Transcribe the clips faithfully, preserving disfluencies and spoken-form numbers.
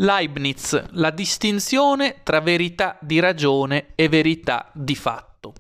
Leibniz, la distinzione tra verità di ragione e verità di fatto.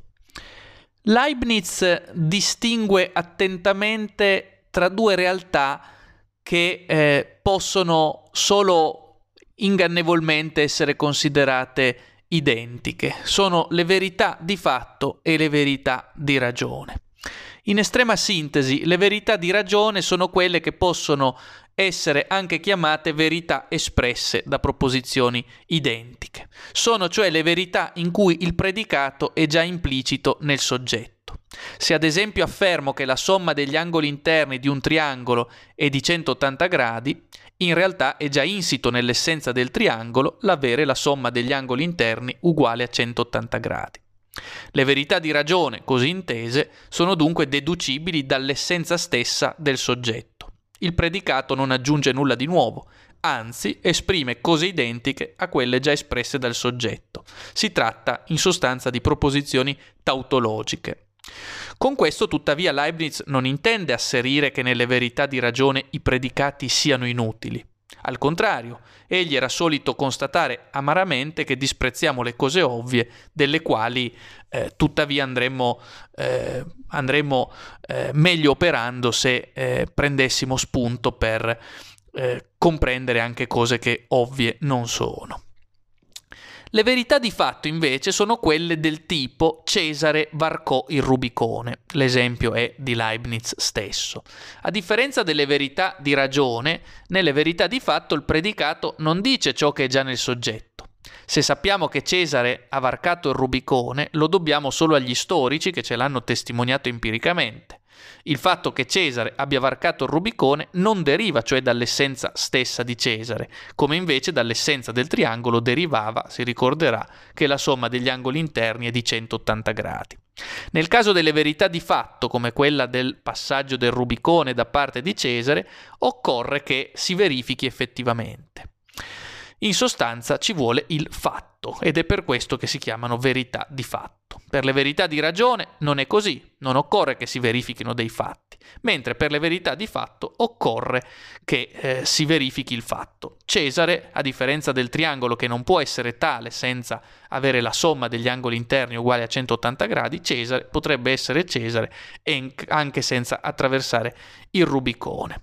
Leibniz distingue attentamente tra due realtà che eh, possono solo ingannevolmente essere considerate identiche. Sono le verità di fatto e le verità di ragione. In estrema sintesi, le verità di ragione sono quelle che possono essere anche chiamate verità espresse da proposizioni identiche. Sono cioè le verità in cui il predicato è già implicito nel soggetto. Se ad esempio affermo che la somma degli angoli interni di un triangolo è di centottanta gradi, in realtà è già insito nell'essenza del triangolo l'avere la somma degli angoli interni uguale a centottanta gradi. Le verità di ragione, così intese, sono dunque deducibili dall'essenza stessa del soggetto. Il predicato non aggiunge nulla di nuovo, anzi esprime cose identiche a quelle già espresse dal soggetto. Si tratta in sostanza di proposizioni tautologiche. Con questo, tuttavia, Leibniz non intende asserire che nelle verità di ragione i predicati siano inutili. Al contrario, egli era solito constatare amaramente che disprezziamo le cose ovvie, delle quali eh, tuttavia andremmo, eh, andremmo eh, meglio operando se eh, prendessimo spunto per eh, comprendere anche cose che ovvie non sono. Le verità di fatto invece sono quelle del tipo Cesare varcò il Rubicone. L'esempio è di Leibniz stesso. A differenza delle verità di ragione, nelle verità di fatto il predicato non dice ciò che è già nel soggetto. Se sappiamo che Cesare ha varcato il Rubicone, lo dobbiamo solo agli storici che ce l'hanno testimoniato empiricamente. Il fatto che Cesare abbia varcato il Rubicone non deriva cioè dall'essenza stessa di Cesare, come invece dall'essenza del triangolo derivava, si ricorderà, che la somma degli angoli interni è di centottanta gradi. Nel caso delle verità di fatto, come quella del passaggio del Rubicone da parte di Cesare, occorre che si verifichi effettivamente. In sostanza ci vuole il fatto, ed è per questo che si chiamano verità di fatto. Per le verità di ragione non è così, non occorre che si verifichino dei fatti, mentre per le verità di fatto occorre che eh, si verifichi il fatto. Cesare, a differenza del triangolo che non può essere tale senza avere la somma degli angoli interni uguale a centottanta gradi, Cesare potrebbe essere Cesare anche senza attraversare il Rubicone.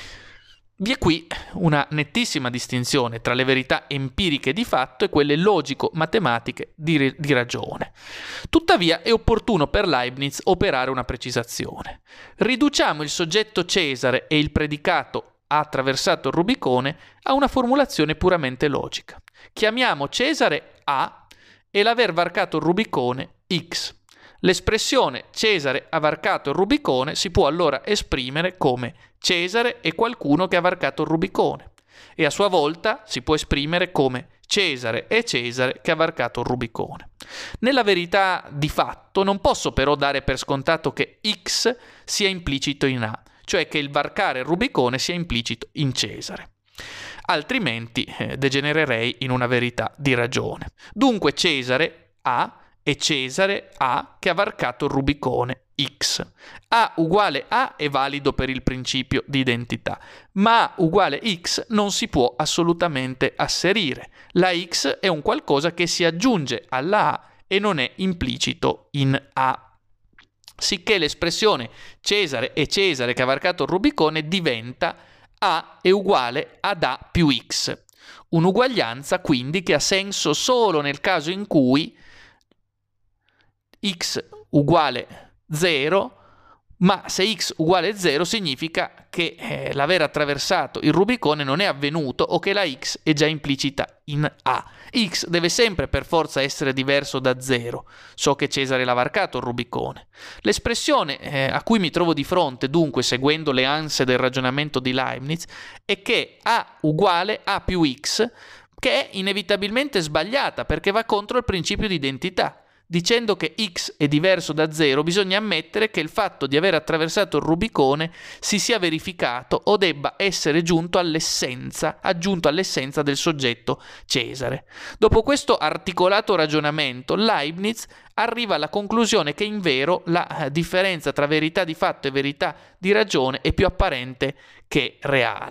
Vi è qui una nettissima distinzione tra le verità empiriche di fatto e quelle logico-matematiche di, di ragione. Tuttavia è opportuno per Leibniz operare una precisazione. Riduciamo il soggetto Cesare e il predicato ha attraversato il Rubicone a una formulazione puramente logica. Chiamiamo Cesare A e l'aver varcato il Rubicone X. L'espressione Cesare ha varcato il Rubicone si può allora esprimere come Cesare è qualcuno che ha varcato il Rubicone e a sua volta si può esprimere come Cesare è Cesare che ha varcato il Rubicone. Nella verità di fatto non posso però dare per scontato che X sia implicito in A, cioè che il varcare il Rubicone sia implicito in Cesare. Altrimenti eh, degenererei in una verità di ragione. Dunque Cesare A è Cesare A che ha varcato il Rubicone X. A uguale A è valido per il principio di identità, ma A uguale X non si può assolutamente asserire. La X è un qualcosa che si aggiunge alla A e non è implicito in A. Sicché l'espressione Cesare è Cesare che ha varcato il Rubicone diventa A è uguale ad A più X. Un'uguaglianza quindi che ha senso solo nel caso in cui X uguale zero, ma se X uguale zero significa che eh, l'aver attraversato il Rubicone non è avvenuto o che la X è già implicita in A. X deve sempre per forza essere diverso da zero, so che Cesare l'ha varcato il Rubicone. L'espressione eh, a cui mi trovo di fronte, dunque, seguendo le anse del ragionamento di Leibniz, è che A uguale A più X, che è inevitabilmente sbagliata perché va contro il principio di identità. Dicendo che X è diverso da zero, bisogna ammettere che il fatto di aver attraversato il Rubicone si sia verificato o debba essere giunto all'essenza, aggiunto all'essenza del soggetto Cesare. Dopo questo articolato ragionamento, Leibniz arriva alla conclusione che invero la differenza tra verità di fatto e verità di ragione è più apparente che reale.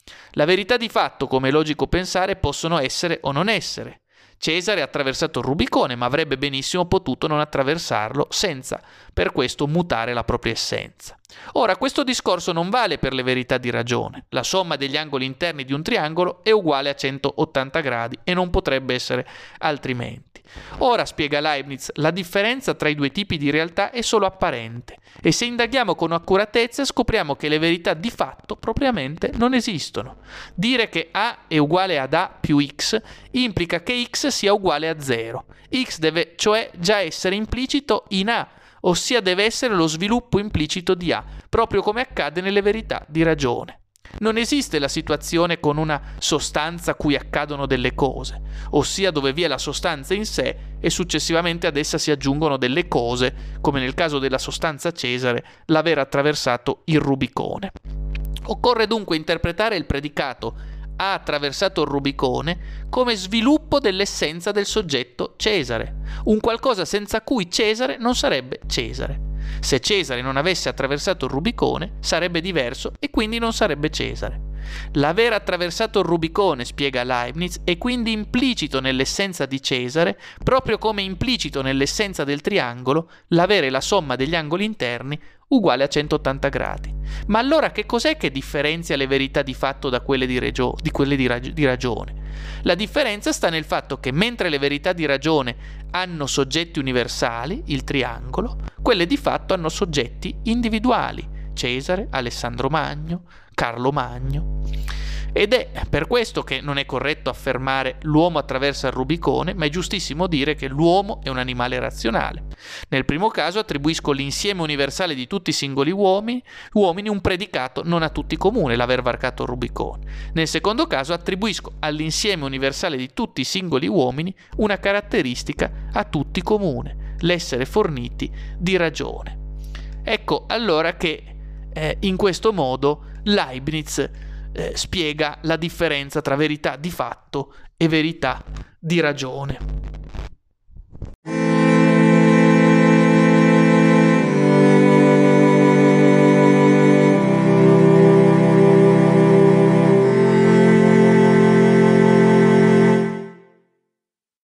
La verità di fatto, come è logico pensare, possono essere o non essere. Cesare ha attraversato il Rubicone, ma avrebbe benissimo potuto non attraversarlo senza per questo mutare la propria essenza. Ora, questo discorso non vale per le verità di ragione. La somma degli angoli interni di un triangolo è uguale a centottanta gradi e non potrebbe essere altrimenti. Ora, spiega Leibniz, la differenza tra i due tipi di realtà è solo apparente e se indaghiamo con accuratezza scopriamo che le verità di fatto propriamente non esistono. Dire che A è uguale ad A più X implica che X sia uguale a zero. X deve cioè già essere implicito in A, ossia deve essere lo sviluppo implicito di A, proprio come accade nelle verità di ragione. Non esiste la situazione con una sostanza a cui accadono delle cose, ossia dove vi è la sostanza in sé e successivamente ad essa si aggiungono delle cose, come nel caso della sostanza Cesare, l'aver attraversato il Rubicone. Occorre dunque interpretare il predicato ha attraversato il Rubicone come sviluppo dell'essenza del soggetto Cesare, un qualcosa senza cui Cesare non sarebbe Cesare. Se Cesare non avesse attraversato il Rubicone sarebbe diverso e quindi non sarebbe Cesare. L'aver attraversato il Rubicone, spiega Leibniz, è quindi implicito nell'essenza di Cesare, proprio come implicito nell'essenza del triangolo l'avere la somma degli angoli interni uguale a centottanta gradi. Ma allora che cos'è che differenzia le verità di fatto da quelle di, regio- di, quelle di, rag- di ragione? La differenza sta nel fatto che mentre le verità di ragione hanno soggetti universali, il triangolo, quelle di fatto hanno soggetti individuali, Cesare, Alessandro Magno, Carlo Magno. Ed è per questo che non è corretto affermare l'uomo attraversa il Rubicone, ma è giustissimo dire che l'uomo è un animale razionale. Nel primo caso attribuisco l'insieme universale di tutti i singoli uomini, uomini un predicato non a tutti comune, l'aver varcato il Rubicone. Nel secondo caso attribuisco all'insieme universale di tutti i singoli uomini una caratteristica a tutti comune, l'essere forniti di ragione. Ecco allora che eh, in questo modo Leibniz Eh, spiega la differenza tra verità di fatto e verità di ragione.